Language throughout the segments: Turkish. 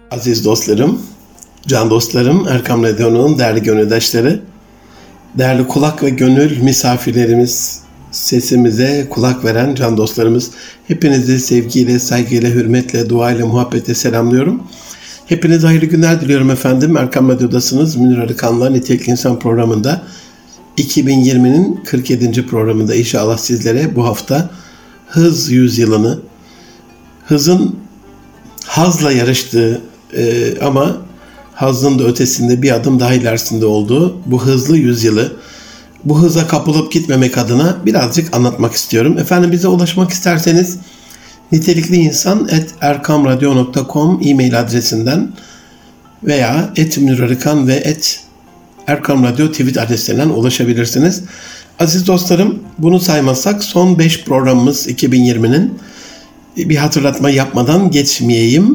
Aziz dostlarım, can dostlarım, Erkam Radyo'nun değerli gönüldaşları, değerli kulak ve gönül misafirlerimiz, sesimize kulak veren can dostlarımız, hepinizi sevgiyle, saygıyla, hürmetle, duayla, muhabbetle selamlıyorum. Hepinize hayırlı günler diliyorum efendim. Erkam Radyo'dasınız. Münir Arıkan'la Nitelikli İnsan programında 2020'nin 47. programında inşallah sizlere bu hafta hız yüzyılını, hızın hazla yarıştığı ama hazın da ötesinde bir adım daha ilerisinde olduğu bu hızlı yüzyılı, bu hıza kapılıp gitmemek adına birazcık anlatmak istiyorum. Efendim bize ulaşmak isterseniz nitelikliinsan@erkamradyo.com e-mail adresinden veya @münirarıkan ve @erkamradyo tweet adreslerinden ulaşabilirsiniz. Aziz dostlarım, bunu saymazsak son 5 programımız 2020'nin, bir hatırlatma yapmadan geçmeyeyim.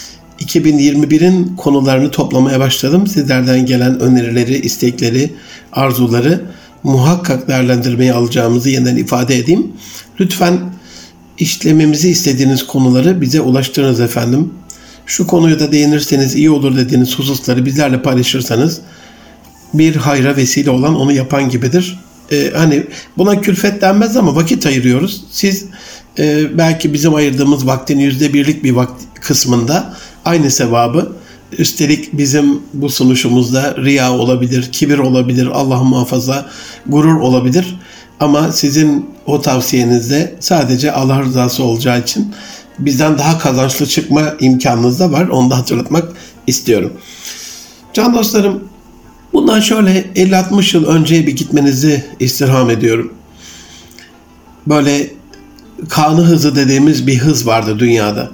2021'in konularını toplamaya başladım. Sizlerden gelen önerileri, istekleri, arzuları muhakkak değerlendirmeye alacağımızı yeniden ifade edeyim. Lütfen işlememizi istediğiniz konuları bize ulaştırınız efendim. Şu konuyu da değinirseniz iyi olur dediğiniz hususları bizlerle paylaşırsanız bir hayra vesile olan onu yapan gibidir. Hani buna külfet denmez ama vakit ayırıyoruz. Siz belki bizim ayırdığımız vaktin %1'lik bir kısmında aynı sevabı, üstelik bizim bu sunuşumuzda riya olabilir, kibir olabilir, Allah muhafaza gurur olabilir. Ama sizin o tavsiyenizde sadece Allah rızası olacağı için bizden daha kazançlı çıkma imkanınız da var. Onu da hatırlatmak istiyorum. Can dostlarım, bundan şöyle 50-60 yıl önceye bir gitmenizi istirham ediyorum. Böyle kanı hızı dediğimiz bir hız vardı dünyada.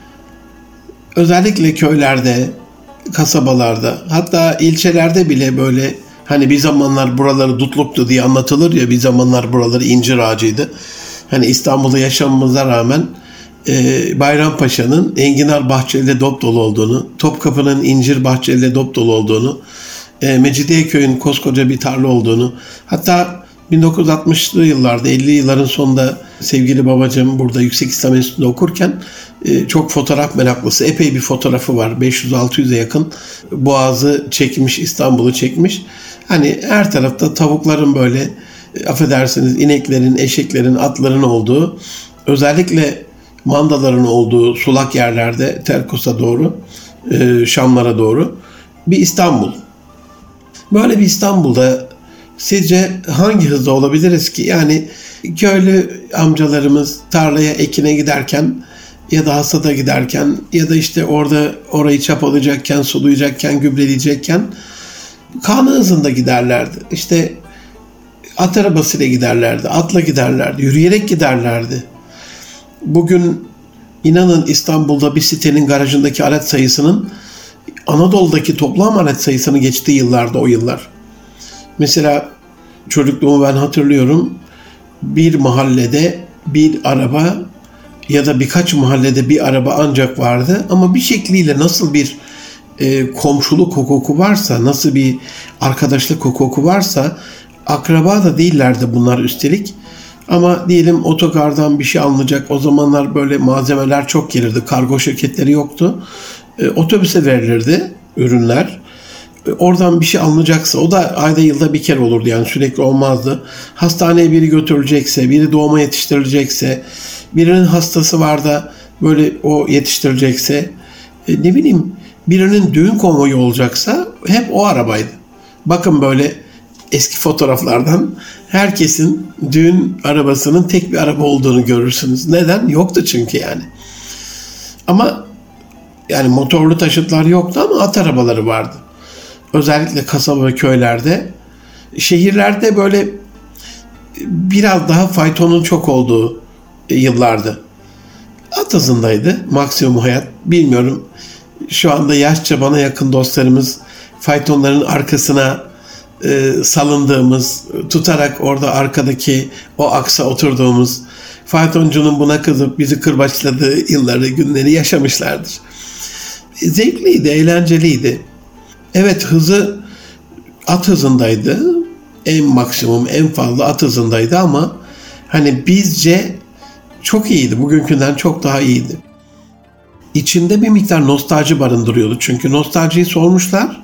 Özellikle köylerde, kasabalarda, hatta ilçelerde bile böyle, hani bir zamanlar buraları dutluktu diye anlatılır ya, bir zamanlar buraları incir ağacıydı. Hani İstanbul'da yaşamamıza rağmen Bayrampaşa'nın enginar bahçeliyle dop dolu olduğunu, Topkapı'nın incir bahçeliyle dop dolu olduğunu, Mecidiyeköy'ün koskoca bir tarla olduğunu, hatta 1960'lı yıllarda, 50'li yılların sonunda sevgili babacığım burada Yüksek İslam Enstitüsü'nde okurken çok fotoğraf meraklısı, epey bir fotoğrafı var. 500-600'e yakın Boğaz'ı çekmiş, İstanbul'u çekmiş. Hani her tarafta tavukların böyle, affedersiniz, ineklerin, eşeklerin, atların olduğu, özellikle mandaların olduğu sulak yerlerde Terkos'a doğru, Şamlara doğru bir İstanbul. Böyle bir İstanbul'da sizce hangi hızda olabiliriz ki? Yani köylü amcalarımız tarlaya ekine giderken ya da hasada giderken ya da işte orada orayı çapalayacakken, sulayacakken, gübreleyecekken kanı hızında giderlerdi. İşte at arabasıyla giderlerdi, atla giderlerdi, yürüyerek giderlerdi. Bugün inanın İstanbul'da bir sitenin garajındaki araç sayısının Anadolu'daki toplam araç sayısını geçtiği yıllarda o yıllar. Mesela çocukluğumu ben hatırlıyorum. Bir mahallede bir araba ya da birkaç mahallede bir araba ancak vardı. Ama bir şekliyle nasıl bir komşuluk hukuku varsa, nasıl bir arkadaşlık hukuku varsa, akraba da değillerdi bunlar üstelik. Ama diyelim otogardan bir şey alınacak. O zamanlar böyle malzemeler çok gelirdi. Kargo şirketleri yoktu. Otobüse verilirdi ürünler. Oradan bir şey alınacaksa, o da ayda yılda bir kere olurdu, yani sürekli olmazdı. Hastaneye biri götürülecekse, biri doğuma yetiştirilecekse, birinin hastası var da böyle o yetiştirilecekse, ne bileyim, birinin düğün konvoyu olacaksa hep o arabaydı. Bakın böyle eski fotoğraflardan herkesin düğün arabasının tek bir araba olduğunu görürsünüz. Neden? Yoktu çünkü yani. Ama yani motorlu taşıtlar yoktu ama at arabaları vardı. Özellikle kasaba ve köylerde. Şehirlerde böyle biraz daha faytonun çok olduğu yıllardı. At hızındaydı maksimum hayat. Bilmiyorum, şu anda yaşça bana yakın dostlarımız faytonların arkasına salındığımız, tutarak orada arkadaki o aksa oturduğumuz, faytoncunun buna kızıp bizi kırbaçladığı yılları, günleri yaşamışlardır. Zevkliydi, eğlenceliydi. Evet, hızı at hızındaydı. En maksimum, en fazla at hızındaydı ama hani bizce çok iyiydi. Bugünkünden çok daha iyiydi. içinde bir miktar nostalji barındırıyordu. Çünkü nostaljiyi sormuşlar.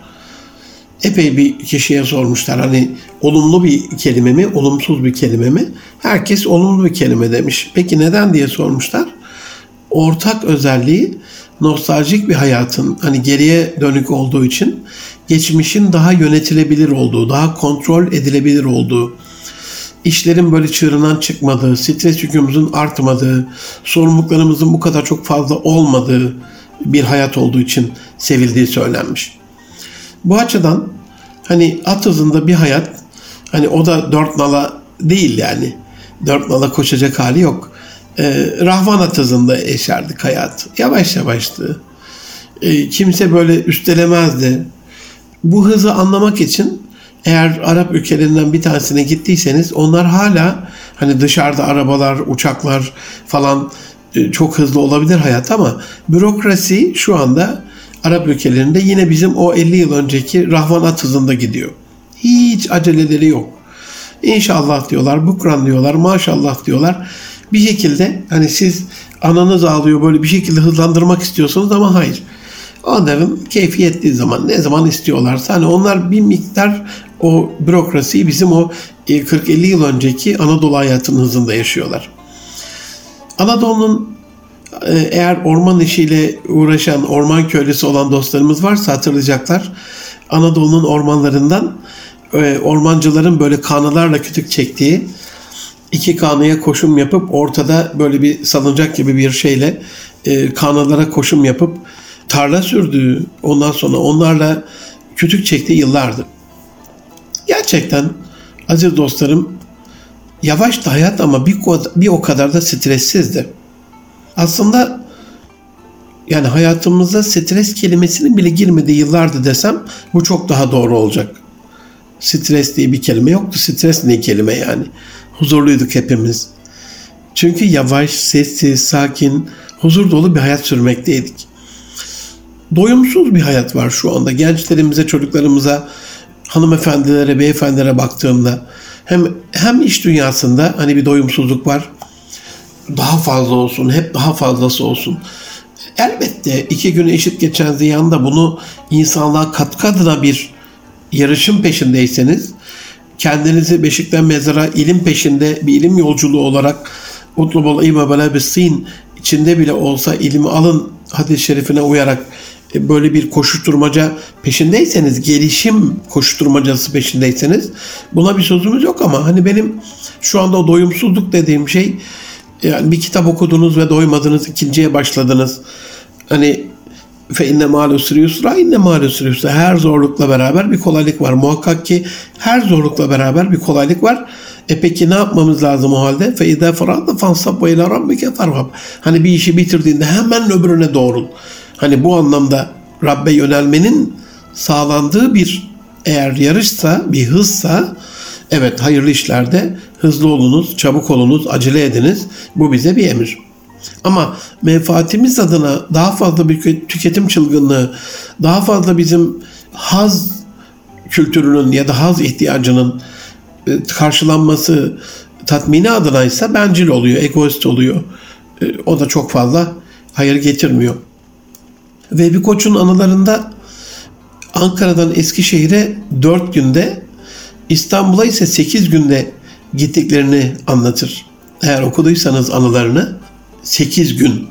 Epey bir kişiye sormuşlar. Hani olumlu bir kelime mi, olumsuz bir kelime mi? Herkes olumlu bir kelime demiş. Peki neden diye sormuşlar. Ortak özelliği nostaljik bir hayatın hani geriye dönük olduğu için geçmişin daha yönetilebilir olduğu, daha kontrol edilebilir olduğu, işlerin böyle çığırından çıkmadığı, stres yükümüzün artmadığı, sorumluluklarımızın bu kadar çok fazla olmadığı bir hayat olduğu için sevildiği söylenmiş. Bu açıdan hani at hızında bir hayat, hani o da dört nala değil yani. Dört nala koşacak hali yok. Rahvan at hızında yaşardık hayat. Yavaş yavaştı. Kimse böyle üstelemezdi. Bu hızı anlamak için eğer Arap ülkelerinden bir tanesine gittiyseniz onlar hala hani dışarıda arabalar, uçaklar falan çok hızlı olabilir hayat ama bürokrasi şu anda Arap ülkelerinde yine bizim o 50 yıl önceki Rahvan at hızında gidiyor. Hiç aceleleri yok. İnşallah diyorlar, bukran diyorlar, maşallah diyorlar. Bir şekilde hani siz ananız ağlıyor böyle bir şekilde hızlandırmak istiyorsunuz ama hayır. Onların keyfi yettiği zaman ne zaman istiyorlarsa hani onlar bir miktar o bürokrasiyi bizim o 40-50 yıl önceki Anadolu hayatının hızında yaşıyorlar. Anadolu'nun eğer orman işiyle uğraşan orman köylüsü olan dostlarımız varsa hatırlayacaklar. Anadolu'nun ormanlarından ormancıların böyle kanılarla kütük çektiği, iki kanıya koşum yapıp ortada böyle bir salıncak gibi bir şeyle kanılara koşum yapıp tarla sürdüğü, ondan sonra onlarla kütük çektiği yıllardı. Gerçekten aziz dostlarım yavaş da hayat ama bir o kadar da stressizdi. Aslında yani hayatımıza stres kelimesinin bile girmediği yıllardı desem bu çok daha doğru olacak. Stres diye bir kelime yoktu. Stres ne kelime yani? Huzurluyduk hepimiz. Çünkü yavaş, sessiz, sakin, huzur dolu bir hayat sürmekteydik. Doyumsuz bir hayat var şu anda. Gençlerimize, çocuklarımıza, hanımefendilere, beyefendilere baktığımda hem iş dünyasında hani bir doyumsuzluk var. Daha fazla olsun, hep daha fazlası olsun. Elbette 2 gün eşit geçen ziyanda bunu insanlığa katkı adına bir yarışın peşindeyseniz, kendinizi beşikten mezara ilim peşinde bir ilim yolculuğu olarak utlubul ilme ve la bis-sin içinde bile olsa ilmi alın hadis-i şerifine uyarak böyle bir koşuşturmaca peşindeyseniz, gelişim koşuşturmacası peşindeyseniz buna bir sözümüz yok ama hani benim şu anda o doyumsuzluk dediğim şey yani bir kitap okudunuz ve doymadınız, ikinciye başladınız. Hani fe inne ma'al usri yusra, inne ma'al usri yusra. Her zorlukla beraber bir kolaylık var. Muhakkak ki her zorlukla beraber bir kolaylık var. Peki ne yapmamız lazım o halde? Fe idâ feragte fansab ve ilâ rabbike farghab. Hani bir işi bitirdiğinde hemen öbürüne doğrul. Hani bu anlamda Rabbe yönelmenin sağlandığı bir eğer yarışsa, bir hızsa evet hayırlı işlerde hızlı olunuz, çabuk olunuz, acele ediniz. Bu bize bir emir. Ama menfaatimiz adına daha fazla bir tüketim çılgınlığı, daha fazla bizim haz kültürünün ya da haz ihtiyacının karşılanması tatmini adınaysa bencil oluyor, egoist oluyor. O da çok fazla hayır getirmiyor. Ve bir koçun anılarında Ankara'dan Eskişehir'e 4 günde, İstanbul'a ise 8 günde gittiklerini anlatır. Eğer okuduysanız anılarını 8 gün.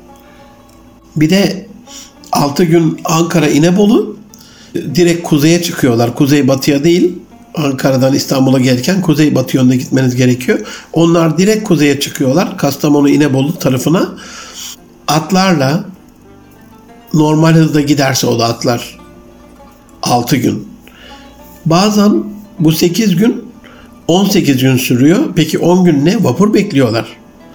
Bir de 6 gün Ankara İnebolu, direkt kuzeye çıkıyorlar. Kuzey batıya değil. Ankara'dan İstanbul'a gelirken kuzey batı yönüne gitmeniz gerekiyor. Onlar direkt kuzeye çıkıyorlar. Kastamonu İnebolu tarafına. Atlarla normal hızda giderse o da atlar 6 gün. Bazen bu 8 gün 18 gün sürüyor. Peki 10 gün ne? Vapur bekliyorlar.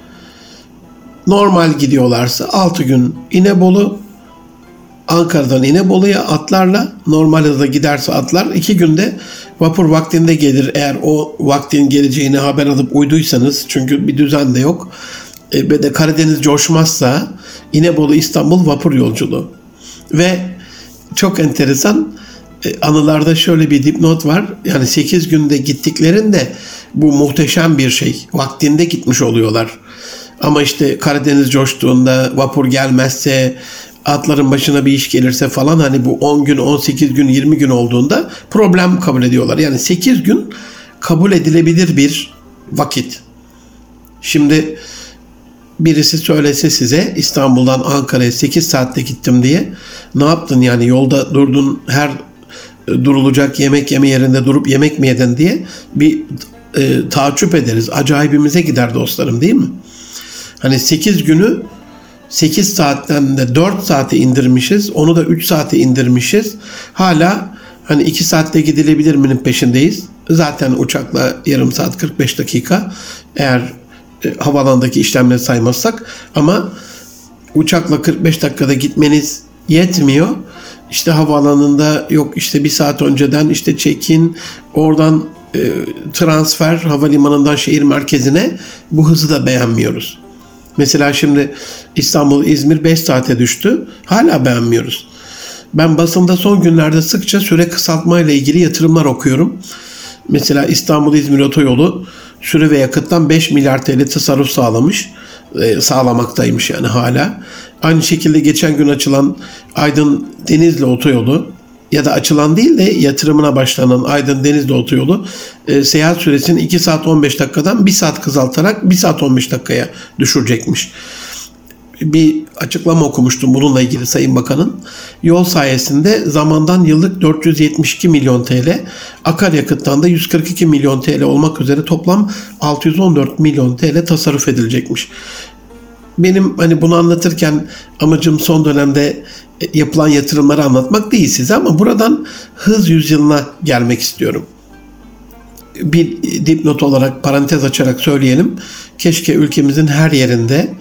Normal gidiyorlarsa 6 gün İnebolu, Ankara'dan İnebolu'ya atlarla, normal hızla giderse atlar 2 günde vapur vaktinde gelir. Eğer o vaktin geleceğini haber alıp uyduysanız, çünkü bir düzen de yok. Ve de Karadeniz coşmazsa İnebolu İstanbul vapur yolculuğu. Ve çok enteresan anılarda şöyle bir dipnot var. Yani 8 günde gittiklerinde bu muhteşem bir şey. Vaktinde gitmiş oluyorlar. Ama işte Karadeniz coştuğunda, vapur gelmezse, atların başına bir iş gelirse falan, hani bu 10 gün, 18 gün, 20 gün olduğunda problem kabul ediyorlar. Yani 8 gün kabul edilebilir bir vakit. Şimdi birisi söylese size İstanbul'dan Ankara'ya 8 saatte gittim diye, ne yaptın yani, yolda durdun, her durulacak yemek yeme yerinde durup yemek mi yedin diye bir taaccüp ederiz. Acayibimize gider dostlarım, değil mi? Hani 8 günü 8 saatten de 4 saate indirmişiz. Onu da 3 saate indirmişiz. Hala hani 2 saatte gidilebilir minin peşindeyiz. Zaten uçakla yarım saat 45 dakika. Eğer havaalanındaki işlemleri saymazsak. Ama uçakla 45 dakikada gitmeniz yetmiyor. İşte havaalanında yok işte bir saat önceden işte check-in, oradan transfer havalimanından şehir merkezine, bu hızı da beğenmiyoruz. Mesela şimdi İstanbul-İzmir 5 saate düştü. Hala beğenmiyoruz. Ben basında son günlerde sıkça süre kısaltma ile ilgili yatırımlar okuyorum. Mesela İstanbul-İzmir otoyolu süre ve yakıttan 5 milyar TL tasarruf sağlamaktaymış yani hala. Aynı şekilde geçen gün açılan Aydın-Denizli otoyolu, ya da açılan değil de yatırımına başlanan Aydın-Denizli otoyolu seyahat süresini 2 saat 15 dakikadan 1 saat kısaltarak 1 saat 15 dakikaya düşürecekmiş. Bir açıklama okumuştum bununla ilgili Sayın Bakan'ın. Yol sayesinde zamandan yıllık 472 milyon TL, akaryakıttan da 142 milyon TL olmak üzere toplam 614 milyon TL tasarruf edilecekmiş. Benim hani bunu anlatırken amacım son dönemde yapılan yatırımları anlatmak değil size, ama buradan hız yüzyılına gelmek istiyorum. Bir dipnot olarak parantez açarak söyleyelim. Keşke ülkemizin her yerinde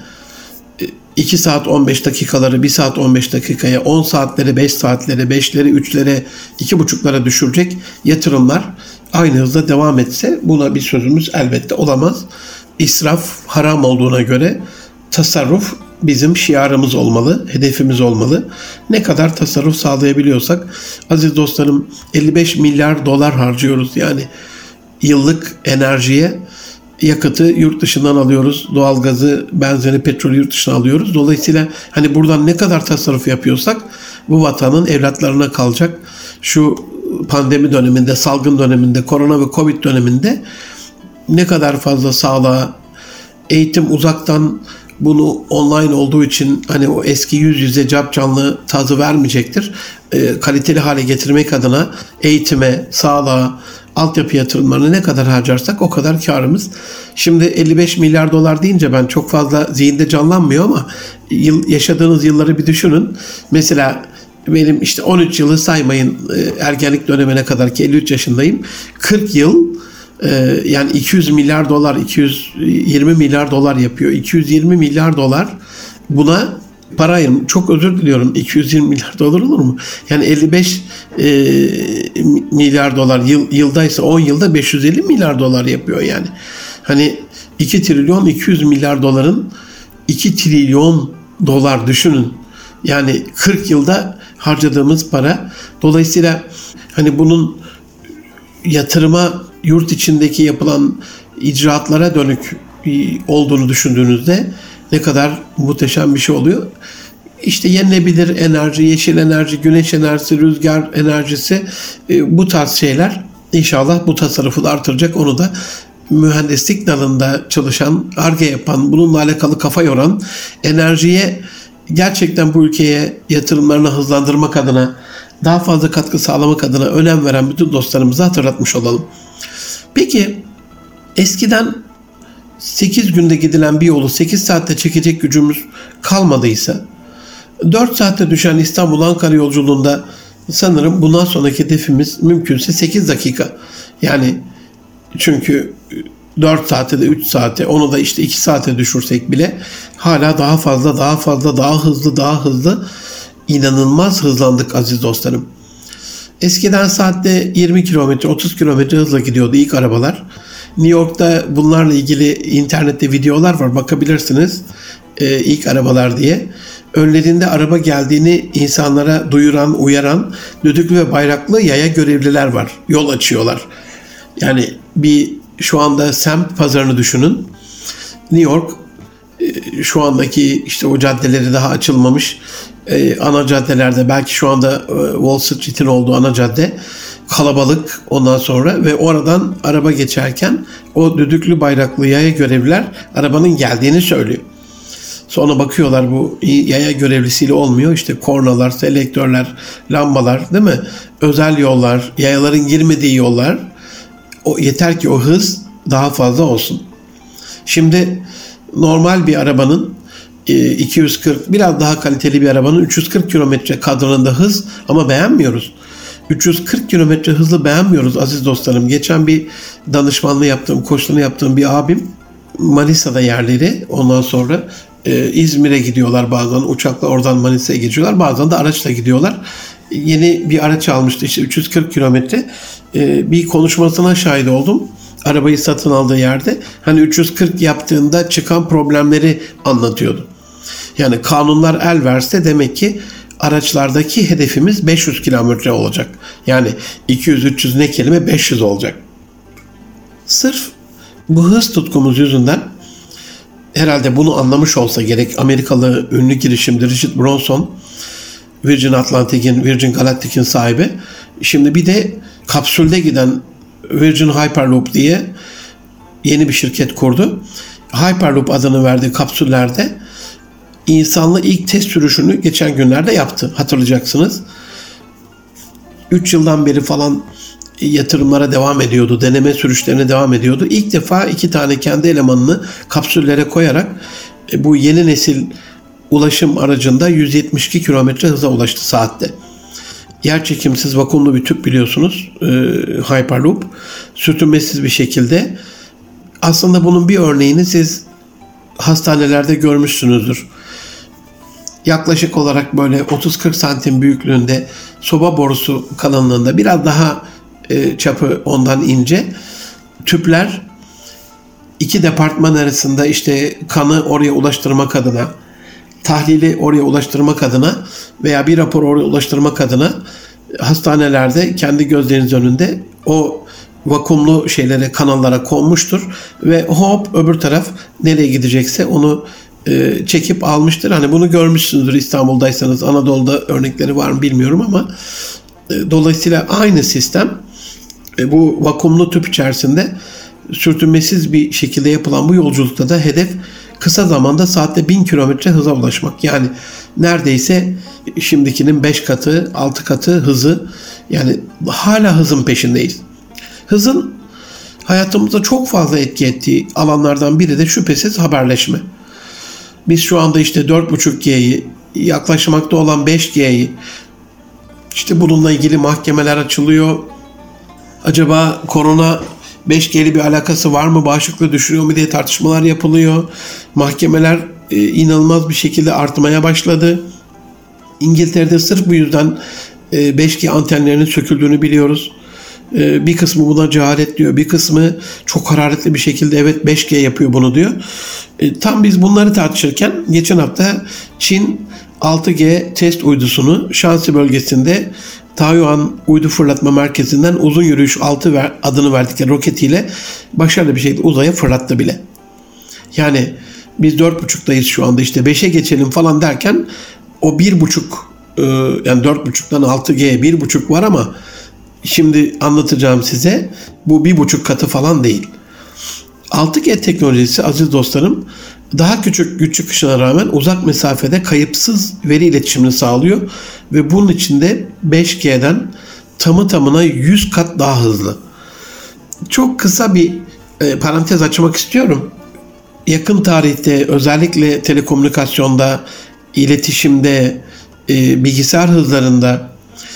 2 saat 15 dakikaları 1 saat 15 dakikaya, 10 saatleri 5 saatlere, 5'leri 3'lere, 2,5'lara düşürecek yatırımlar aynı hızla devam etse, buna bir sözümüz elbette olamaz. İsraf haram olduğuna göre tasarruf bizim şiarımız olmalı, hedefimiz olmalı. Ne kadar tasarruf sağlayabiliyorsak, aziz dostlarım, 55 milyar dolar harcıyoruz. Yani yıllık enerjiye, yakıtı yurt dışından alıyoruz. Doğalgazı, benzini, petrolü yurt dışına alıyoruz. Dolayısıyla hani buradan ne kadar tasarruf yapıyorsak bu vatanın evlatlarına kalacak. Şu pandemi döneminde, salgın döneminde, korona ve covid döneminde ne kadar fazla sağlığa, eğitim uzaktan, bunu online olduğu için hani o eski yüz yüze cap canlı tadı vermeyecektir. Kaliteli hale getirmek adına eğitime, sağlığa, altyapı yatırımlarına ne kadar harcarsak o kadar karımız. Şimdi 55 milyar dolar deyince ben çok fazla zihinde canlanmıyor, ama yaşadığınız yılları bir düşünün. Mesela benim işte 13 yılı saymayın, ergenlik dönemine kadar ki 53 yaşındayım. 40 yıl, yani 200 milyar dolar, 220 milyar dolar yapıyor. 220 milyar dolar, buna para ayırım. Çok özür diliyorum. 220 milyar dolar olur mu? Yani 55 milyar dolar yıldaysa 10 yılda 550 milyar dolar yapıyor yani. Hani 2 trilyon 200 milyar doların 2 trilyon dolar düşünün. Yani 40 yılda harcadığımız para. Dolayısıyla hani bunun yatırıma, yurt içindeki yapılan icraatlara dönük olduğunu düşündüğünüzde ne kadar muhteşem bir şey oluyor. İşte yenilebilir enerji, yeşil enerji, güneş enerjisi, rüzgar enerjisi, bu tarz şeyler inşallah bu tasarrufu da artıracak. Onu da mühendislik dalında çalışan, Ar-Ge yapan, bununla alakalı kafa yoran, enerjiye gerçekten bu ülkeye yatırımlarını hızlandırmak adına, daha fazla katkı sağlamak adına önem veren bütün dostlarımıza hatırlatmış olalım. Peki eskiden 8 günde gidilen bir yolu 8 saatte çekecek gücümüz kalmadıysa, 4 saatte düşen İstanbul-Ankara yolculuğunda sanırım bundan sonraki hedefimiz mümkünse 8 dakika. Yani çünkü 4 saate de 3 saate, onu da işte 2 saate düşürsek bile hala daha fazla, daha hızlı, inanılmaz hızlandık aziz dostlarım. Eskiden saatte 20 kilometre, 30 kilometre hızla gidiyordu ilk arabalar. New York'ta bunlarla ilgili internette videolar var, bakabilirsiniz, ilk arabalar diye. Önlerinde araba geldiğini insanlara duyuran, uyaran düdüklü ve bayraklı yaya görevliler var. Yol açıyorlar. Yani şu anda semt pazarını düşünün. New York şu andaki işte o caddeleri daha açılmamış ana caddelerde, belki şu anda Wall Street'in olduğu ana cadde kalabalık ondan sonra ve oradan araba geçerken o düdüklü bayraklı yaya görevliler arabanın geldiğini söylüyor. Sonra bakıyorlar bu yaya görevlisiyle olmuyor. İşte kornalar, selektörler, lambalar, değil mi? Özel yollar, yayaların girmediği yollar. O yeter ki o hız daha fazla olsun. Şimdi normal bir arabanın 240, biraz daha kaliteli bir arabanın 340 kilometre kadranında hız, ama beğenmiyoruz. 340 kilometre hızlı beğenmiyoruz aziz dostlarım. Geçen bir danışmanlığı yaptığım, koçluğunu yaptığım bir abim Manisa'da yerleri, ondan sonra İzmir'e gidiyorlar, bazen uçakla oradan Manisa'ya geçiyorlar, bazen de araçla gidiyorlar. Yeni bir araç almıştı, işte 340 kilometre. Bir konuşmasına şahit oldum. Arabayı satın aldığı yerde hani 340 yaptığında çıkan problemleri anlatıyordu. Yani kanunlar el verse demek ki araçlardaki hedefimiz 500 kilometre olacak. Yani 200-300 ne kelime, 500 olacak. Sırf bu hız tutkumuz yüzünden, herhalde bunu anlamış olsa gerek Amerikalı ünlü girişimci Richard Branson, Virgin Atlantic'in, Virgin Galactic'in sahibi. Şimdi bir de kapsülde giden Virgin Hyperloop diye yeni bir şirket kurdu. Hyperloop adını verdiği kapsüllerde insanlı ilk test sürüşünü geçen günlerde yaptı. Hatırlayacaksınız. 3 yıldan beri falan yatırımlara devam ediyordu. Deneme sürüşlerine devam ediyordu. İlk defa 2 tane kendi elemanını kapsüllere koyarak bu yeni nesil ulaşım aracında 172 kilometre hıza ulaştı saatte. Yerçekimsiz vakumlu bir tüp biliyorsunuz, Hyperloop. Sürtünmesiz bir şekilde. Aslında bunun bir örneğini siz hastanelerde görmüşsünüzdür. Yaklaşık olarak böyle 30-40 santim büyüklüğünde, soba borusu kalınlığında, biraz daha çapı ondan ince tüpler, iki departman arasında işte kanı oraya ulaştırmak adına, tahlili oraya ulaştırmak adına veya bir rapor oraya ulaştırmak adına hastanelerde kendi gözleriniz önünde o vakumlu şeylere, kanallara konmuştur ve hop öbür taraf nereye gidecekse onu çekip almıştır. Hani bunu görmüşsünüzdür İstanbul'daysanız. Anadolu'da örnekleri var mı bilmiyorum ama dolayısıyla aynı sistem bu vakumlu tüp içerisinde sürtünmesiz bir şekilde yapılan bu yolculukta da hedef kısa zamanda saatte 1000 kilometre hıza ulaşmak. Yani neredeyse şimdikinin 5 katı, 6 katı hızı. Yani hala hızın peşindeyiz. Hızın hayatımızda çok fazla etki ettiği alanlardan biri de şüphesiz haberleşme. Biz şu anda işte 4.5G'yi, yaklaşmakta olan 5G'yi, işte bununla ilgili mahkemeler açılıyor. Acaba korona 5G'li bir alakası var mı, bağışıklığı düşürüyor mu diye tartışmalar yapılıyor. Mahkemeler inanılmaz bir şekilde artmaya başladı. İngiltere'de sırf bu yüzden 5G antenlerinin söküldüğünü biliyoruz. Bir kısmı buna cehalet diyor. Bir kısmı çok hararetli bir şekilde evet 5G yapıyor bunu diyor. Tam biz bunları tartışırken geçen hafta Çin 6G test uydusunu Şansi bölgesinde Taiyuan uydu fırlatma merkezinden uzun yürüyüş 6 adını verdikleri roketiyle başarılı bir şekilde uzaya fırlattı bile. Yani biz 4.5'dayız şu anda, işte 5'e geçelim falan derken o 1.5 yani 4.5'dan 6G'ye 1.5 var ama şimdi anlatacağım size bu 1.5 katı falan değil. 6G teknolojisi aziz dostlarım daha küçük güç çıkışına rağmen uzak mesafede kayıpsız veri iletişimini sağlıyor ve bunun içinde 5G'den tamı tamına 100 kat daha hızlı. Çok kısa bir parantez açmak istiyorum. Yakın tarihte özellikle telekomünikasyonda, iletişimde, bilgisayar hızlarında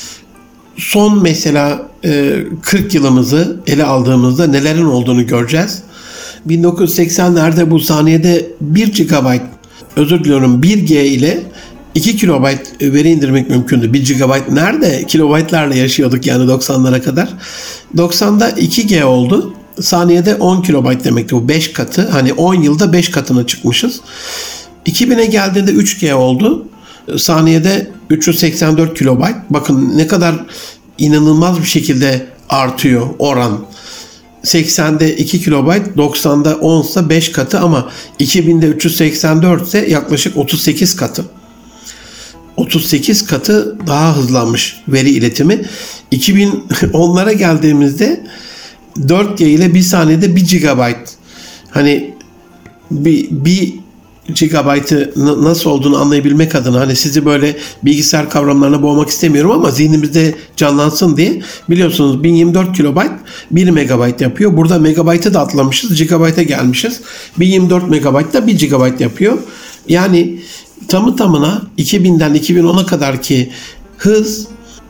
son mesela 40 yılımızı ele aldığımızda nelerin olduğunu göreceğiz. 1980'lerde bu saniyede 1 GB, özür diliyorum 1G ile 2 KB veri indirmek mümkündü. 1 GB nerede? Kilobaytlarla yaşıyorduk yani 90'lara kadar. 90'da 2G oldu. Saniyede 10 KB demekti bu 5 katı. Hani 10 yılda 5 katına çıkmışız. 2000'e geldiğinde 3G oldu. Saniyede 384 KB. Bakın ne kadar inanılmaz bir şekilde artıyor oran. 2080'de 2 kilobayt, 90'da 10 ise 5 katı ama 2000'de 384 ise yaklaşık 38 katı. 38 katı daha hızlanmış veri iletimi. 2010'lara geldiğimizde 4G ile bir saniyede 1 GB. Hani bir gigabaytı nasıl olduğunu anlayabilmek adına, hani sizi böyle bilgisayar kavramlarına boğmak istemiyorum ama zihnimizde canlansın diye, biliyorsunuz 1024 kilobayt 1 megabayt yapıyor. Burada megabaytı da atlamışız, gigabayta gelmişiz. 1024 megabayt da 1 gigabayt yapıyor. Yani tamı tamına 2000'den 2010'a kadar ki hız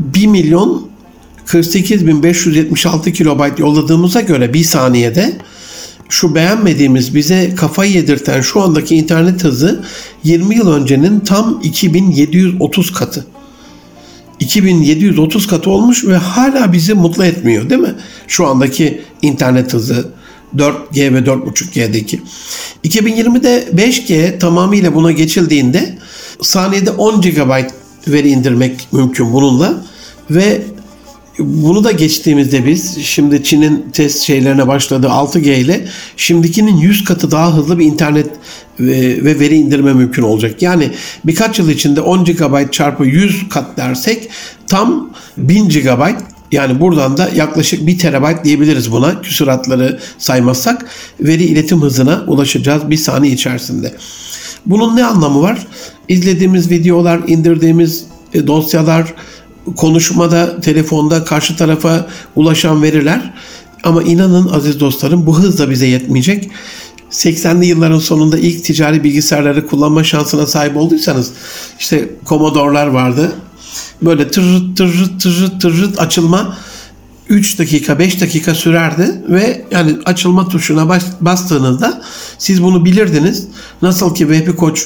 1.048.576 kilobayt yolladığımıza göre bir saniyede, şu beğenmediğimiz, bize kafayı yedirten şu andaki internet hızı 20 yıl öncenin tam 2730 katı. 2730 katı olmuş ve hala bizi mutlu etmiyor, değil mi? Şu andaki internet hızı 4G ve 4.5G'deki. 2020'de 5G tamamıyla buna geçildiğinde saniyede 10 GB veri indirmek mümkün bununla ve bunu da geçtiğimizde biz, şimdi Çin'in test şeylerine başladığı 6G ile şimdikinin 100 katı daha hızlı bir internet ve veri indirme mümkün olacak. Yani birkaç yıl içinde 10 GB çarpı 100 kat dersek tam 1000 GB, yani buradan da yaklaşık 1 TB diyebiliriz buna, küsuratları saymazsak, veri iletim hızına ulaşacağız bir saniye içerisinde. Bunun ne anlamı var? İzlediğimiz videolar, indirdiğimiz dosyalar, konuşmada, telefonda karşı tarafa ulaşan veriler, ama inanın aziz dostlarım, bu hız da bize yetmeyecek. 80'li yılların sonunda ilk ticari bilgisayarları kullanma şansına sahip olduysanız, işte Commodore'lar vardı. Böyle tırırt tırırt tırırt tırırt açılma 3 dakika 5 dakika sürerdi ve yani açılma tuşuna bastığınızda siz bunu bilirdiniz. Nasıl ki Vehbi Koç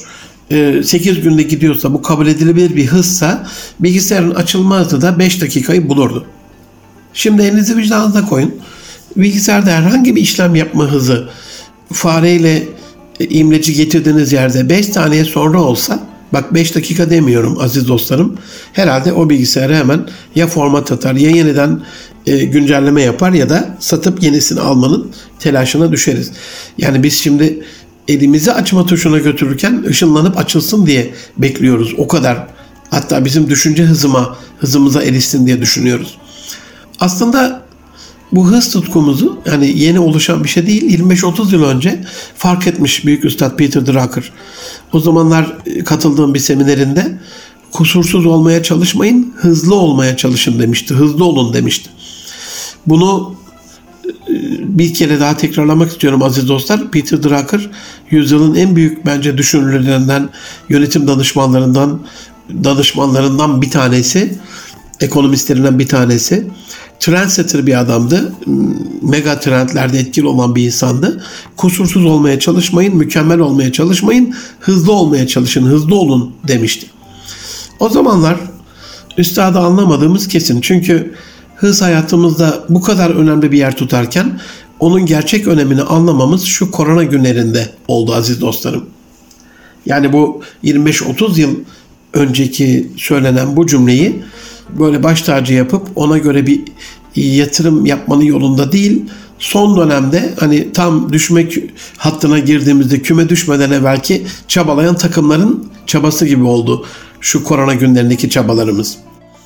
8 günde gidiyorsa, bu kabul edilebilir bir hızsa, bilgisayarın açılma hızı da 5 dakikayı bulurdu. Şimdi elinizi vicdanınıza koyun. Bilgisayarda herhangi bir işlem yapma hızı fareyle imleci getirdiğiniz yerde 5 saniye sonra olsa, bak 5 dakika demiyorum aziz dostlarım, herhalde o bilgisayarı hemen ya format atar ya yeniden güncelleme yapar ya da satıp yenisini almanın telaşına düşeriz. Yani biz şimdi elimizi açma tuşuna götürürken ışınlanıp açılsın diye bekliyoruz. O kadar. Hatta bizim düşünce hızımıza erişsin diye düşünüyoruz. Aslında bu hız tutkumuzu, yani yeni oluşan bir şey değil. 25-30 yıl önce fark etmiş büyük üstad Peter Drucker. O zamanlar katıldığım bir seminerinde kusursuz olmaya çalışmayın, hızlı olmaya çalışın demişti. Hızlı olun demişti. Bunu bir kere daha tekrarlamak istiyorum aziz dostlar. Peter Drucker yüzyılın en büyük bence düşünürlerinden, yönetim danışmanlarından bir tanesi, ekonomistlerinden bir tanesi. Trendsetter bir adamdı. Mega trendlerde etkili olan bir insandı. Kusursuz olmaya çalışmayın, mükemmel olmaya çalışmayın, hızlı olmaya çalışın, hızlı olun demişti. O zamanlar üstadı anlamadığımız kesin. Çünkü hız hayatımızda bu kadar önemli bir yer tutarken onun gerçek önemini anlamamız şu korona günlerinde oldu aziz dostlarım. Yani bu 25-30 yıl önceki söylenen bu cümleyi böyle baş tacı yapıp ona göre bir yatırım yapmanın yolunda değil, son dönemde hani tam düşmek hattına girdiğimizde, küme düşmeden evvelki çabalayan takımların çabası gibi oldu şu korona günlerindeki çabalarımız.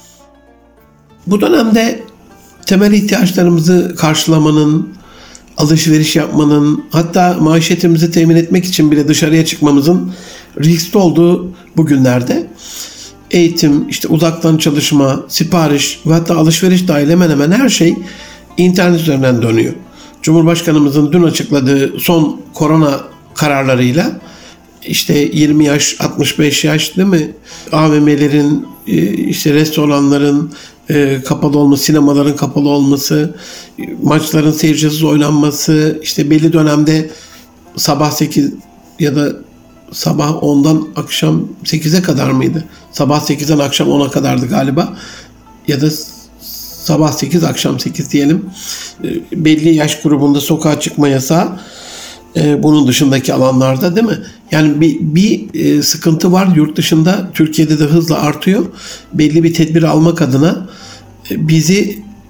Bu dönemde temel ihtiyaçlarımızı karşılamanın, alışveriş yapmanın, hatta maişetimizi temin etmek için bile dışarıya çıkmamızın riskli olduğu bu günlerde eğitim, işte uzaktan çalışma, sipariş ve hatta alışveriş dahil hemen hemen her şey internet üzerinden dönüyor. Cumhurbaşkanımızın dün açıkladığı son korona kararlarıyla işte 20 yaş, 65 yaş değil mi? AVM'lerin, işte restoranların kapalı olması, sinemaların kapalı olması, maçların seyircisiz oynanması, işte belli dönemde sabah 8 ya da sabah 10'dan akşam 8'e kadar mıydı? Sabah 8'den akşam 10'a kadardı galiba. Ya da sabah 8 akşam 8 diyelim. Belli yaş grubunda sokağa çıkma yasağı. Bunun dışındaki alanlarda değil mi? Yani bir sıkıntı var yurt dışında. Türkiye'de de hızla artıyor. Belli bir tedbir almak adına bizi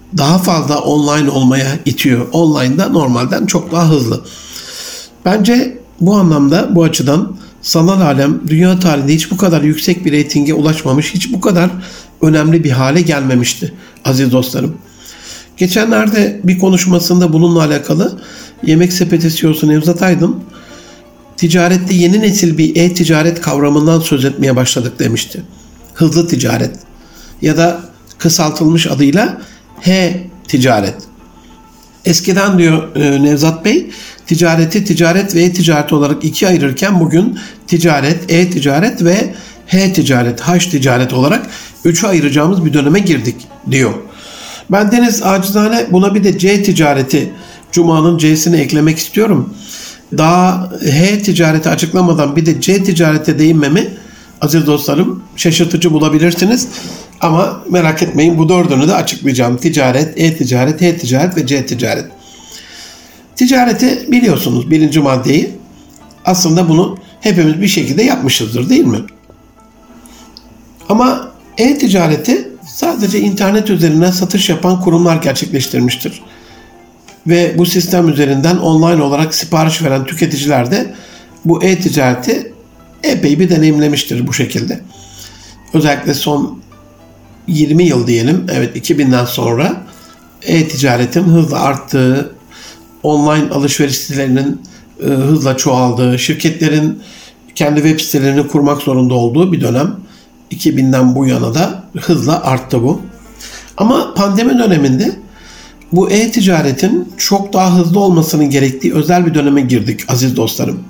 daha fazla online olmaya itiyor. Online'da normalden çok daha hızlı. Bence bu anlamda, bu açıdan sanal alem dünya tarihinde hiç bu kadar yüksek bir reytinge ulaşmamış, hiç bu kadar önemli bir hale gelmemişti aziz dostlarım. Geçenlerde bir konuşmasında bununla alakalı Yemek Sepeti CEO'su Nevzat Aydın, ticarette yeni nesil bir e-ticaret kavramından söz etmeye başladık demişti. Hızlı ticaret ya da kısaltılmış adıyla H-ticaret. Eskiden diyor Nevzat Bey, ticareti ticaret ve e-ticaret olarak ikiye ayırırken bugün ticaret, e-ticaret ve H-ticaret, H-ticaret olarak üçe ayıracağımız bir döneme girdik diyor. Ben Deniz acizane buna bir de C-ticareti, Cuma'nın C'sini eklemek istiyorum. Daha H-ticareti açıklamadan bir de C-ticarete değinmemi aziz dostlarım şaşırtıcı bulabilirsiniz. Ama merak etmeyin, bu dördünü de açıklayacağım. Ticaret, e-ticaret, H-ticaret ve C-ticaret. Ticareti biliyorsunuz, birinci maddeyi. Aslında bunu hepimiz bir şekilde yapmışızdır değil mi? Ama e-ticareti sadece internet üzerinden satış yapan kurumlar gerçekleştirmiştir. Ve bu sistem üzerinden online olarak sipariş veren tüketiciler de bu e-ticareti epey bir deneyimlemiştir bu şekilde. Özellikle son 20 yıl diyelim, evet 2000'den sonra e-ticaretin hızla arttığı, online alışveriş sitelerinin hızla çoğaldığı, şirketlerin kendi web sitelerini kurmak zorunda olduğu bir dönem. 2000'den bu yana da hızla arttı bu. Ama pandemi döneminde bu e-ticaretin çok daha hızlı olmasının gerektiği özel bir döneme girdik aziz dostlarım.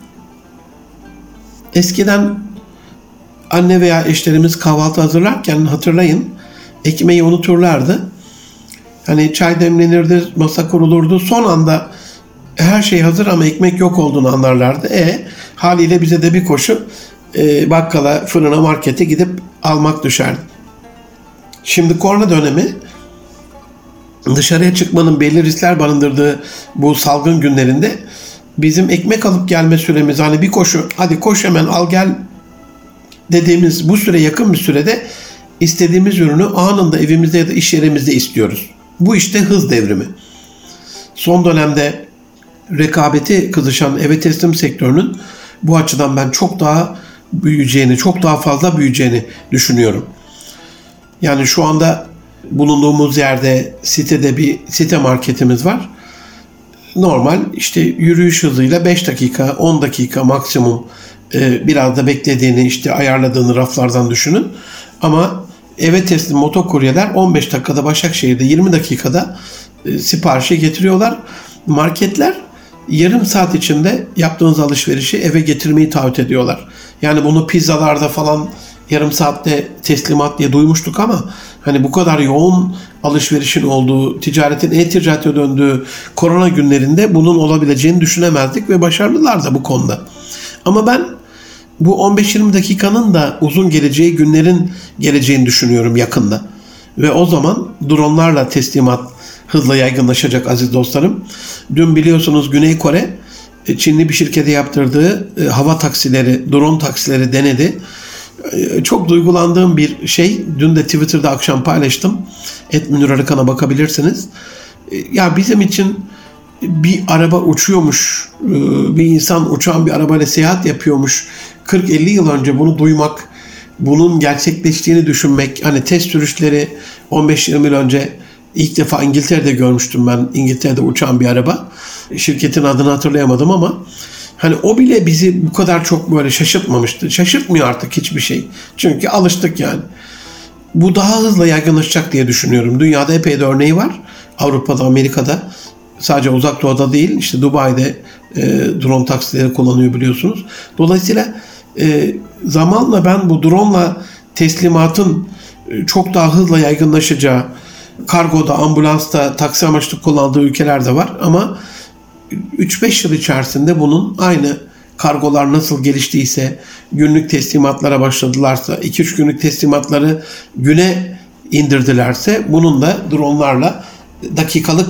Eskiden anne veya eşlerimiz kahvaltı hazırlarken hatırlayın, ekmeği unuturlardı. Hani çay demlenirdi, masa kurulurdu. Son anda her şey hazır ama ekmek yok olduğunu anlarlardı. Haliyle bize de bir koşu bakkala, fırına, markete gidip almak düşerdi. Şimdi korona dönemi, dışarıya çıkmanın belli riskler barındırdığı bu salgın günlerinde bizim ekmek alıp gelme süremiz, hani bir koşu, hadi koş hemen al gel dediğimiz bu süre yakın bir sürede istediğimiz ürünü anında evimizde ya da iş yerimizde istiyoruz. Bu işte hız devrimi. Son dönemde rekabeti kızışan eve teslim sektörünün bu açıdan ben çok daha büyüyeceğini, çok daha fazla büyüyeceğini düşünüyorum. Yani şu anda bulunduğumuz yerde sitede bir site marketimiz var. Normal işte yürüyüş hızıyla 5 dakika, 10 dakika maksimum biraz da beklediğini, işte ayarladığını raflardan düşünün. Ama eve teslim motokuryeler 15 dakikada, Başakşehir'de 20 dakikada siparişi getiriyorlar. Marketler yarım saat içinde yaptığınız alışverişi eve getirmeyi taahhüt ediyorlar. Yani bunu pizzalarda falan yarım saatte teslimat diye duymuştuk ama hani bu kadar yoğun alışverişin olduğu, ticaretin e-ticarete döndüğü korona günlerinde bunun olabileceğini düşünemezdik ve başarılılar da bu konuda. Ama ben bu 15-20 dakikanın da uzun geleceği, günlerin geleceğini düşünüyorum yakında. Ve o zaman dronlarla teslimat hızla yaygınlaşacak aziz dostlarım. Dün biliyorsunuz Güney Kore Çinli bir şirkete yaptırdığı hava taksileri, drone taksileri denedi. Çok duygulandığım bir şey. Dün de Twitter'da akşam paylaştım. @Münir Arıkan'a bakabilirsiniz. Ya bizim için bir araba uçuyormuş, bir insan uçan bir arabayla seyahat yapıyormuş. 40-50 yıl önce bunu duymak, bunun gerçekleştiğini düşünmek, hani test sürüşleri 15-20 yıl önce ilk defa İngiltere'de görmüştüm ben. İngiltere'de uçan bir araba. Şirketin adını hatırlayamadım ama hani o bile bizi bu kadar çok böyle şaşırtmamıştı. Şaşırtmıyor artık hiçbir şey. Çünkü alıştık yani. Bu daha hızlı yaygınlaşacak diye düşünüyorum. Dünyada epey de örneği var. Avrupa'da, Amerika'da. Sadece Uzak Doğu'da değil, işte Dubai'de drone taksileri kullanıyor biliyorsunuz. Dolayısıyla zamanla ben bu drone'la teslimatın çok daha hızla yaygınlaşacağı, kargoda, ambulansta, taksi amaçlı kullanıldığı ülkeler de var ama 3-5 yıl içerisinde bunun aynı kargolar nasıl geliştiyse, günlük teslimatlara başladılarsa, 2-3 günlük teslimatları güne indirdilerse bunun da dronlarla dakikalık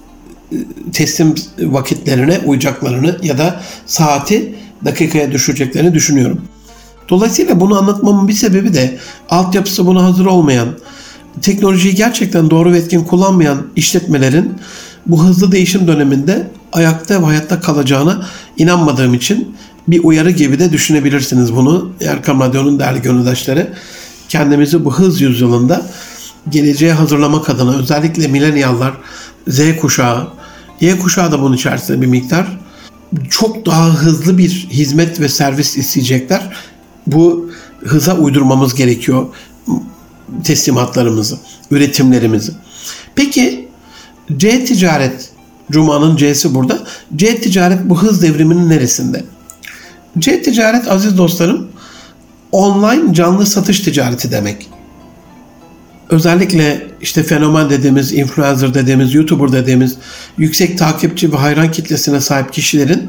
teslim vakitlerine uyacaklarını ya da saati dakikaya düşüreceklerini düşünüyorum. Dolayısıyla bunu anlatmamın bir sebebi de altyapısı buna hazır olmayan, teknolojiyi gerçekten doğru ve etkin kullanmayan işletmelerin bu hızlı değişim döneminde ayakta ve hayatta kalacağına inanmadığım için bir uyarı gibi de düşünebilirsiniz bunu. Erkam Radyo'nun değerli gönüldaşları, kendimizi bu hız yüzyılında geleceğe hazırlamak adına özellikle milenyallar, Z kuşağı, Y kuşağı da bunun içerisinde bir miktar çok daha hızlı bir hizmet ve servis isteyecekler. Bu hıza uydurmamız gerekiyor teslimatlarımızı, üretimlerimizi. Peki C-Ticaret, Cuma'nın C'si burada. C-Ticaret bu hız devriminin neresinde? C-Ticaret aziz dostlarım, online canlı satış ticareti demek. Özellikle işte fenomen dediğimiz, influencer dediğimiz, YouTuber dediğimiz yüksek takipçi ve hayran kitlesine sahip kişilerin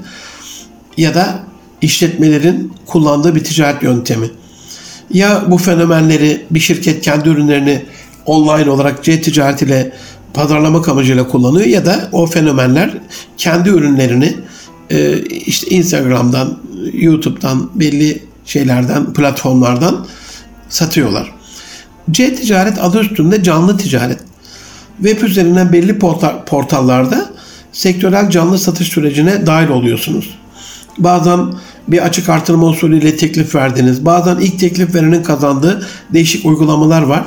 ya da işletmelerin kullandığı bir ticaret yöntemi. Ya bu fenomenleri bir şirket kendi ürünlerini online olarak C-Ticaret ile pazarlamak amacıyla kullanıyor ya da o fenomenler kendi ürünlerini işte Instagram'dan, YouTube'dan, belli şeylerden, platformlardan satıyorlar. C-Ticaret adı üstünde canlı ticaret. Web üzerinden belli portallarda sektörel canlı satış sürecine dahil oluyorsunuz. Bazen bir açık artırma usulüyle teklif verdiniz. Bazen ilk teklif verenin kazandığı değişik uygulamalar var.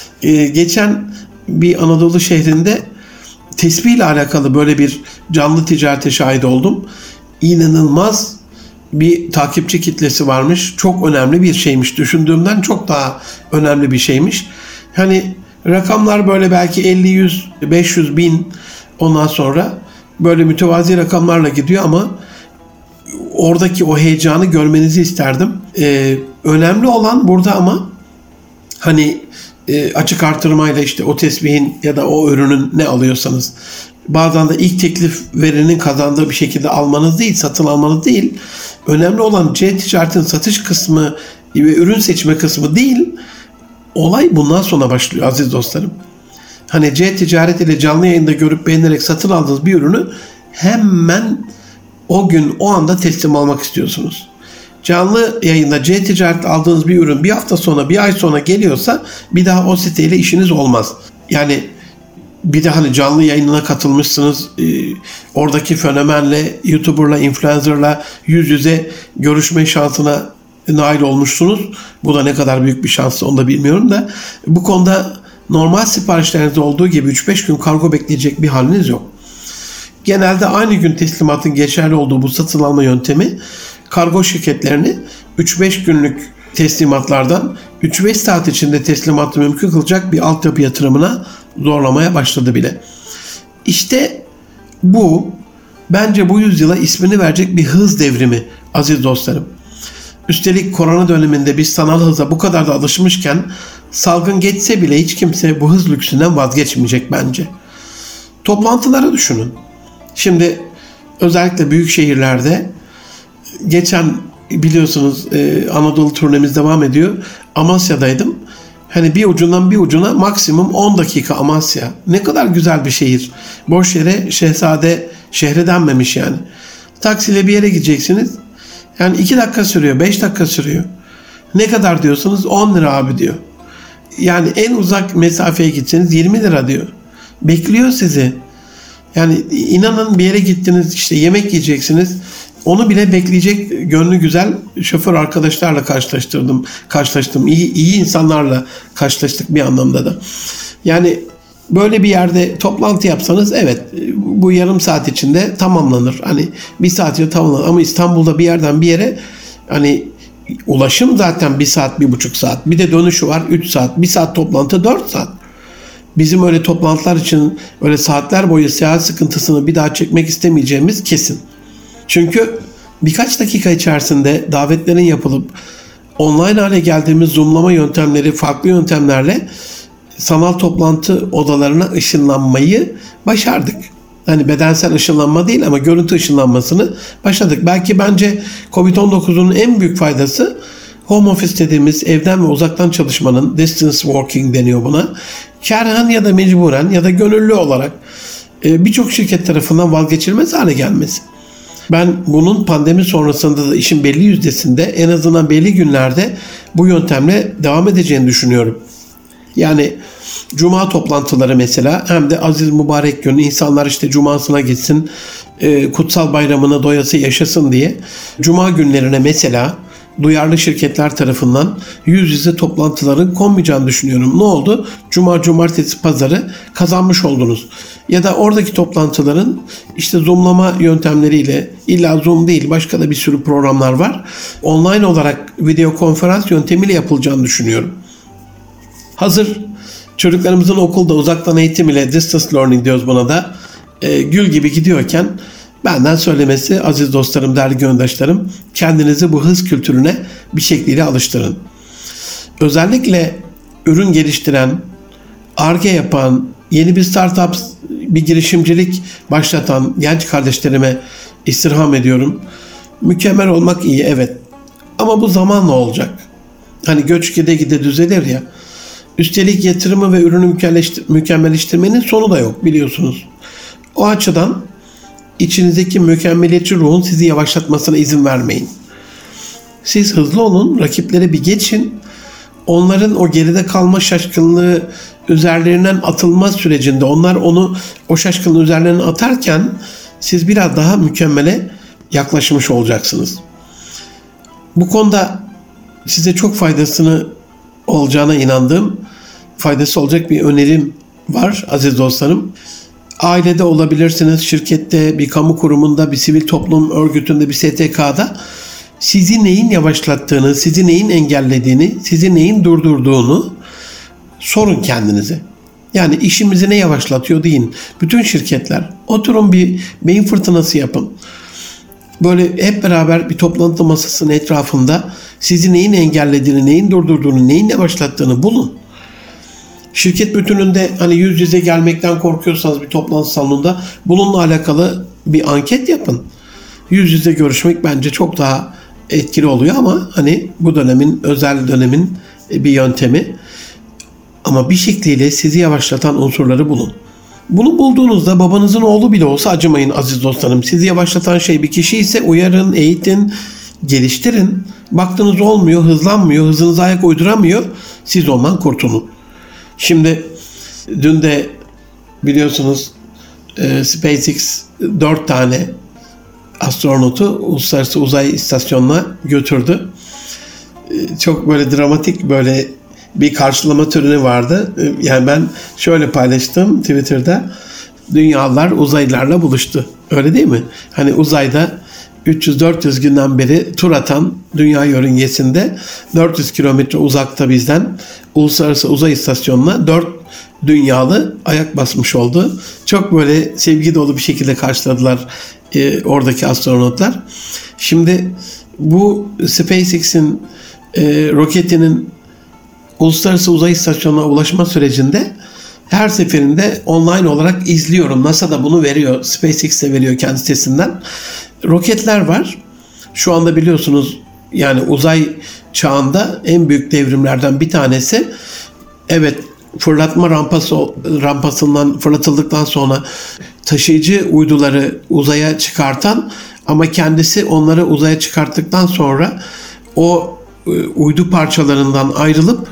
Geçen bir Anadolu şehrinde tesbih ile alakalı böyle bir canlı ticarete şahit oldum. İnanılmaz bir takipçi kitlesi varmış. Çok önemli bir şeymiş. Düşündüğümden çok daha önemli bir şeymiş. Hani rakamlar böyle belki 50, 100, 500 bin, ondan sonra böyle mütevazi rakamlarla gidiyor ama oradaki o heyecanı görmenizi isterdim. Önemli olan burada ama hani açık artırmayla işte o tesbihin ya da o ürünün ne alıyorsanız bazen de ilk teklif verenin kazandığı bir şekilde almanız değil, satın almanız değil. Önemli olan C-Ticaret'in satış kısmı ve ürün seçme kısmı değil. Olay bundan sonra başlıyor aziz dostlarım. Hani C-Ticaret ile canlı yayında görüp beğenerek satın aldığınız bir ürünü hemen o gün o anda teslim almak istiyorsunuz. Canlı yayında C-Ticaret aldığınız bir ürün bir hafta sonra, bir ay sonra geliyorsa bir daha o siteyle işiniz olmaz. Yani bir de hani canlı yayınına katılmışsınız, oradaki fenomenle, YouTuber'la, influencer'la yüz yüze görüşme şansına nail olmuşsunuz. Bu da ne kadar büyük bir şans onu da bilmiyorum da bu konuda normal siparişlerinizde olduğu gibi 3-5 gün kargo bekleyecek bir haliniz yok. Genelde aynı gün teslimatın geçerli olduğu bu satın alma yöntemi kargo şirketlerini 3-5 günlük teslimatlardan 3-5 saat içinde teslimatı mümkün kılacak bir altyapı yatırımına zorlamaya başladı bile. İşte bu bence bu yüzyıla ismini verecek bir hız devrimi aziz dostlarım. Üstelik korona döneminde biz sanal hıza bu kadar da alışmışken salgın geçse bile hiç kimse bu hız lüksünden vazgeçmeyecek bence. Toplantıları düşünün. Şimdi özellikle büyük şehirlerde geçen biliyorsunuz Anadolu turnemiz devam ediyor. Amasya'daydım. Hani bir ucundan bir ucuna maksimum 10 dakika Amasya. Ne kadar güzel bir şehir. Boş yere Şehzade şehri denmemiş yani. Taksiyle bir yere gideceksiniz. Yani 2 dakika sürüyor, 5 dakika sürüyor. Ne kadar diyorsunuz? 10 lira abi diyor. Yani en uzak mesafeye gitseniz 20 lira diyor. Bekliyor sizi. Yani inanın bir yere gittiniz işte yemek yiyeceksiniz. Onu bile bekleyecek gönlü güzel şoför arkadaşlarla karşılaştım. İyi insanlarla karşılaştık bir anlamda da. Yani böyle bir yerde toplantı yapsanız evet bu yarım saat içinde tamamlanır. Hani bir saat içinde tamamlanır ama İstanbul'da bir yerden bir yere hani ulaşım zaten 1 saat 1,5 saat. Bir de dönüşü var 3 saat. 1 saat toplantı 4 saat. Bizim öyle toplantılar için öyle saatler boyu seyahat sıkıntısını bir daha çekmek istemeyeceğimiz kesin. Çünkü birkaç dakika içerisinde davetlerin yapılıp online hale geldiğimiz zoomlama yöntemleri farklı yöntemlerle sanal toplantı odalarına ışınlanmayı başardık. Hani bedensel ışınlanma değil ama görüntü ışınlanmasını başladık. Belki bence Covid-19'un en büyük faydası home office dediğimiz evden ve uzaktan çalışmanın, distance working deniyor buna. Kerhen ya da mecburen ya da gönüllü olarak birçok şirket tarafından vazgeçilmez hale gelmesi. Ben bunun pandemi sonrasında da işin belli yüzdesinde en azından belli günlerde bu yöntemle devam edeceğini düşünüyorum. Yani Cuma toplantıları mesela, hem de aziz mübarek gün, insanlar işte cumasına gitsin, kutsal bayramına doyası yaşasın diye cuma günlerine mesela duyarlı şirketler tarafından yüz yüze toplantıların konmayacağını düşünüyorum. Ne oldu? Cuma, cumartesi, pazarı kazanmış oldunuz. Ya da oradaki toplantıların işte zoomlama yöntemleriyle, illa Zoom değil başka da bir sürü programlar var, online olarak video konferans yöntemiyle yapılacağını düşünüyorum. Hazır çocuklarımızın okulda uzaktan eğitim ile distance learning diyoruz buna da, gül gibi gidiyorken benden söylemesi, aziz dostlarım, değerli göndaşlarım, kendinizi bu hız kültürüne bir şekliyle alıştırın. Özellikle ürün geliştiren, Ar-Ge yapan, yeni bir startup, bir girişimcilik başlatan genç kardeşlerime istirham ediyorum. Mükemmel olmak iyi, evet. Ama bu zamanla olacak. Hani göç gide gide düzelir ya. Üstelik yatırımı ve ürünü mükemmelleştirmenin sonu da yok, biliyorsunuz. O açıdan içinizdeki mükemmeliyetçi ruhun sizi yavaşlatmasına izin vermeyin. Siz hızlı olun, rakiplere bir geçin. Onların o geride kalma şaşkınlığı üzerlerinden atılma sürecinde, onlar o şaşkınlığı üzerlerine atarken siz biraz daha mükemmele yaklaşmış olacaksınız. Bu konuda size çok faydasını olacağına inandığım, faydası olacak bir önerim var aziz dostlarım. Ailede olabilirsiniz, şirkette, bir kamu kurumunda, bir sivil toplum örgütünde, bir STK'da sizi neyin yavaşlattığını, sizi neyin engellediğini, sizi neyin durdurduğunu sorun kendinize. Yani işimizi ne yavaşlatıyor deyin. Bütün şirketler oturun, bir beyin fırtınası yapın. Böyle hep beraber bir toplantı masasının etrafında sizi neyin engellediğini, neyin durdurduğunu, neyin yavaşlattığını bulun. Şirket bütününde hani yüz yüze gelmekten korkuyorsanız bir toplantı salonunda bununla alakalı bir anket yapın. Yüz yüze görüşmek bence çok daha etkili oluyor ama hani bu dönemin, özel dönemin bir yöntemi. Ama bir şekliyle sizi yavaşlatan unsurları bulun. Bunu bulduğunuzda babanızın oğlu bile olsa acımayın aziz dostlarım. Sizi yavaşlatan şey bir kişi ise uyarın, eğitin, geliştirin. Baktınız olmuyor, hızlanmıyor, hızınıza ayak uyduramıyor. Siz ondan kurtulun. Şimdi dün de biliyorsunuz SpaceX 4 tane astronotu Uluslararası Uzay İstasyonu'na götürdü. Çok böyle dramatik böyle bir karşılama töreni vardı. Yani ben şöyle paylaştım Twitter'da. Dünyalılar uzaylılarla buluştu. Öyle değil mi? Hani uzayda 300-400 günden beri tur atan dünya yörüngesinde 400 kilometre uzakta bizden Uluslararası Uzay İstasyonu'na 4 dünyalı ayak basmış oldu. Çok böyle sevgi dolu bir şekilde karşıladılar oradaki astronotlar. Şimdi bu SpaceX'in roketinin Uluslararası Uzay İstasyonu'na ulaşma sürecinde her seferinde online olarak izliyorum. NASA da bunu veriyor. SpaceX de veriyor kendi sitesinden. Roketler var. Şu anda biliyorsunuz yani uzay çağında en büyük devrimlerden bir tanesi, evet, fırlatma rampasından fırlatıldıktan sonra taşıyıcı uyduları uzaya çıkartan ama kendisi onları uzaya çıkarttıktan sonra o uydu parçalarından ayrılıp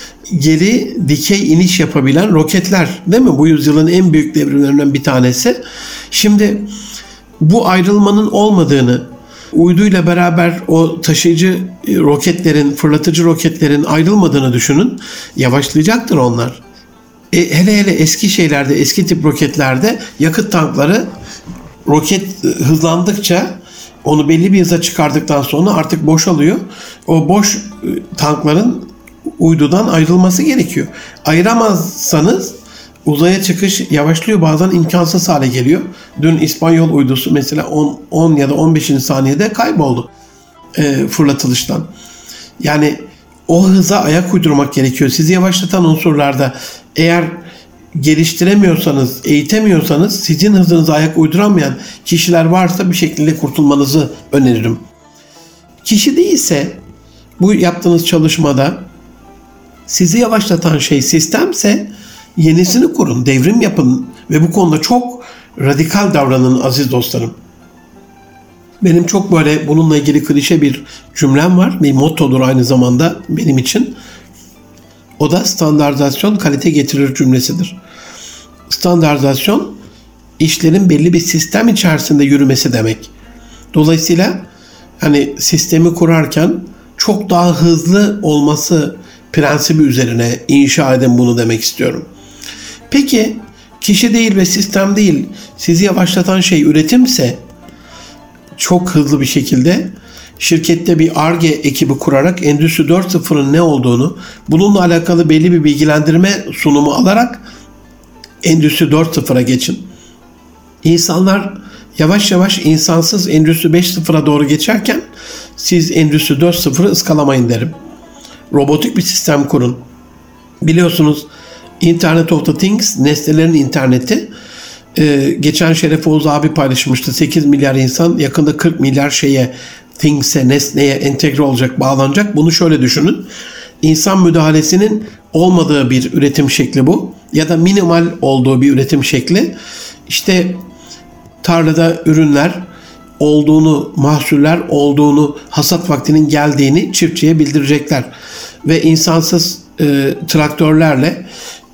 geri dikey iniş yapabilen roketler, değil mi? Bu yüzyılın en büyük devrimlerinden bir tanesi. Şimdi bu ayrılmanın olmadığını, uyduyla beraber o taşıyıcı roketlerin, fırlatıcı roketlerin ayrılmadığını düşünün. Yavaşlayacaktır onlar. Hele eski şeylerde, eski tip roketlerde yakıt tankları roket hızlandıkça onu belli bir hıza çıkardıktan sonra artık boşalıyor. O boş tankların uydudan ayrılması gerekiyor. Ayıramazsanız uzaya çıkış yavaşlıyor, bazen imkansız hale geliyor. Dün İspanyol uydusu mesela 10 ya da 15. saniyede kayboldu fırlatılıştan. Yani o hıza ayak uydurmak gerekiyor. Sizi yavaşlatan unsurlarda eğer geliştiremiyorsanız, eğitemiyorsanız sizin hızınıza ayak uyduramayan kişiler varsa bir şekilde kurtulmanızı öneririm. Kişi değilse bu yaptığınız çalışmada sizi yavaşlatan şey sistemse yenisini kurun, devrim yapın ve bu konuda çok radikal davranın aziz dostlarım. Benim çok böyle bununla ilgili klişe bir cümlem var. Bir mottodur aynı zamanda benim için. O da standartizasyon kalite getirir cümlesidir. Standartizasyon işlerin belli bir sistem içerisinde yürümesi demek. Dolayısıyla hani sistemi kurarken çok daha hızlı olması prensibi üzerine inşa edin bunu demek istiyorum. Peki kişi değil ve sistem değil, sizi yavaşlatan şey üretimse çok hızlı bir şekilde şirkette bir Ar-Ge ekibi kurarak Endüstri 4.0'ın ne olduğunu, bununla alakalı belli bir bilgilendirme sunumu alarak Endüstri 4.0'a geçin. İnsanlar yavaş yavaş insansız Endüstri 5.0'a doğru geçerken siz Endüstri 4.0'ı ıskalamayın derim. Robotik bir sistem kurun. Biliyorsunuz Internet of the Things, nesnelerin interneti. Geçen Şeref Oğuz abi paylaşmıştı. 8 milyar insan yakında 40 milyar things'e, nesneye entegre olacak, bağlanacak. Bunu şöyle düşünün. İnsan müdahalesinin olmadığı bir üretim şekli bu. Ya da minimal olduğu bir üretim şekli. İşte tarlada ürünler olduğunu, mahsuller olduğunu, hasat vaktinin geldiğini çiftçiye bildirecekler. Ve insansız traktörlerle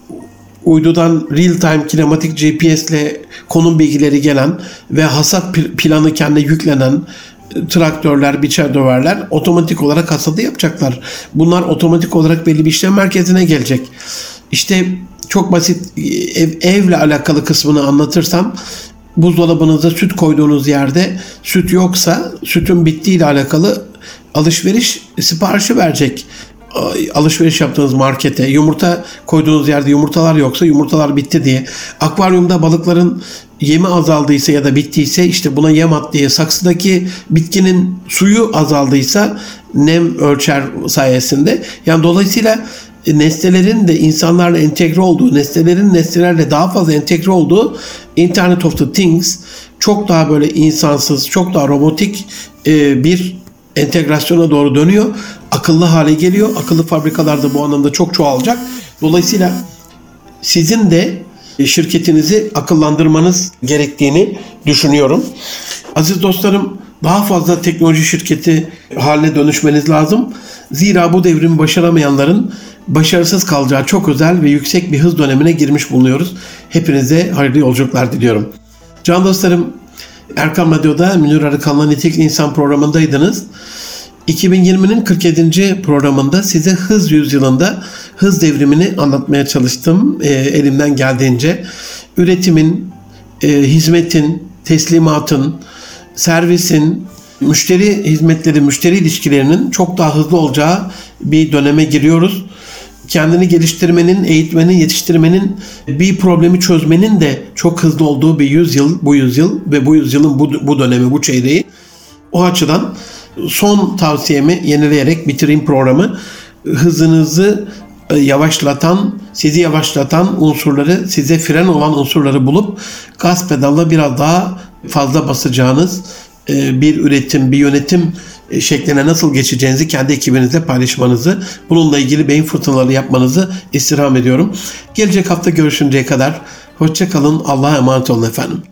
uydudan real time kinematik GPS ile konum bilgileri gelen ve hasat planı kendine yüklenen traktörler, biçer döverler otomatik olarak hasadı yapacaklar. Bunlar otomatik olarak belli bir işlem merkezine gelecek. İşte çok basit evle alakalı kısmını anlatırsam, buzdolabınıza süt koyduğunuz yerde süt yoksa sütün bittiğiyle alakalı alışveriş siparişi verecek. Alışveriş yaptığınız markete, yumurta koyduğunuz yerde yumurtalar yoksa yumurtalar bitti diye, akvaryumda balıkların yemi azaldıysa ya da bittiyse işte buna yem at diye, saksıdaki bitkinin suyu azaldıysa nem ölçer sayesinde. Yani dolayısıyla nesnelerin de insanlarla entegre olduğu, nesnelerin nesnelerle daha fazla entegre olduğu Internet of the Things çok daha böyle insansız, çok daha robotik bir entegrasyona doğru dönüyor. Akıllı hale geliyor. Akıllı fabrikalar da bu anlamda çok çoğalacak. Dolayısıyla sizin de şirketinizi akıllandırmanız gerektiğini düşünüyorum. Aziz dostlarım, daha fazla teknoloji şirketi haline dönüşmeniz lazım. Zira bu devrimi başaramayanların başarısız kalacağı çok özel ve yüksek bir hız dönemine girmiş bulunuyoruz. Hepinize hayırlı yolculuklar diliyorum. Can dostlarım, Erkam Radyo'da Münir Arıkan'la Nitelikli İnsan programındaydınız. 2020'nin 47. programında size hız yüzyılında hız devrimini anlatmaya çalıştım elimden geldiğince. Üretimin, hizmetin, teslimatın, servisin, müşteri hizmetleri, müşteri ilişkilerinin çok daha hızlı olacağı bir döneme giriyoruz. Kendini geliştirmenin, eğitmenin, yetiştirmenin, bir problemi çözmenin de çok hızlı olduğu bir yüzyıl, bu yüzyıl ve bu yüzyılın bu dönemi, bu çeyreği. O açıdan son tavsiyemi yenileyerek bitireyim programı. Hızınızı yavaşlatan, sizi yavaşlatan unsurları, size fren olan unsurları bulup gaz pedalına biraz daha fazla basacağınız bir üretim, bir yönetim şekline nasıl geçeceğinizi kendi ekibinizle paylaşmanızı, bununla ilgili beyin fırtınaları yapmanızı istirham ediyorum. Gelecek hafta görüşünceye kadar hoşça kalın, Allah'a emanet olun efendim.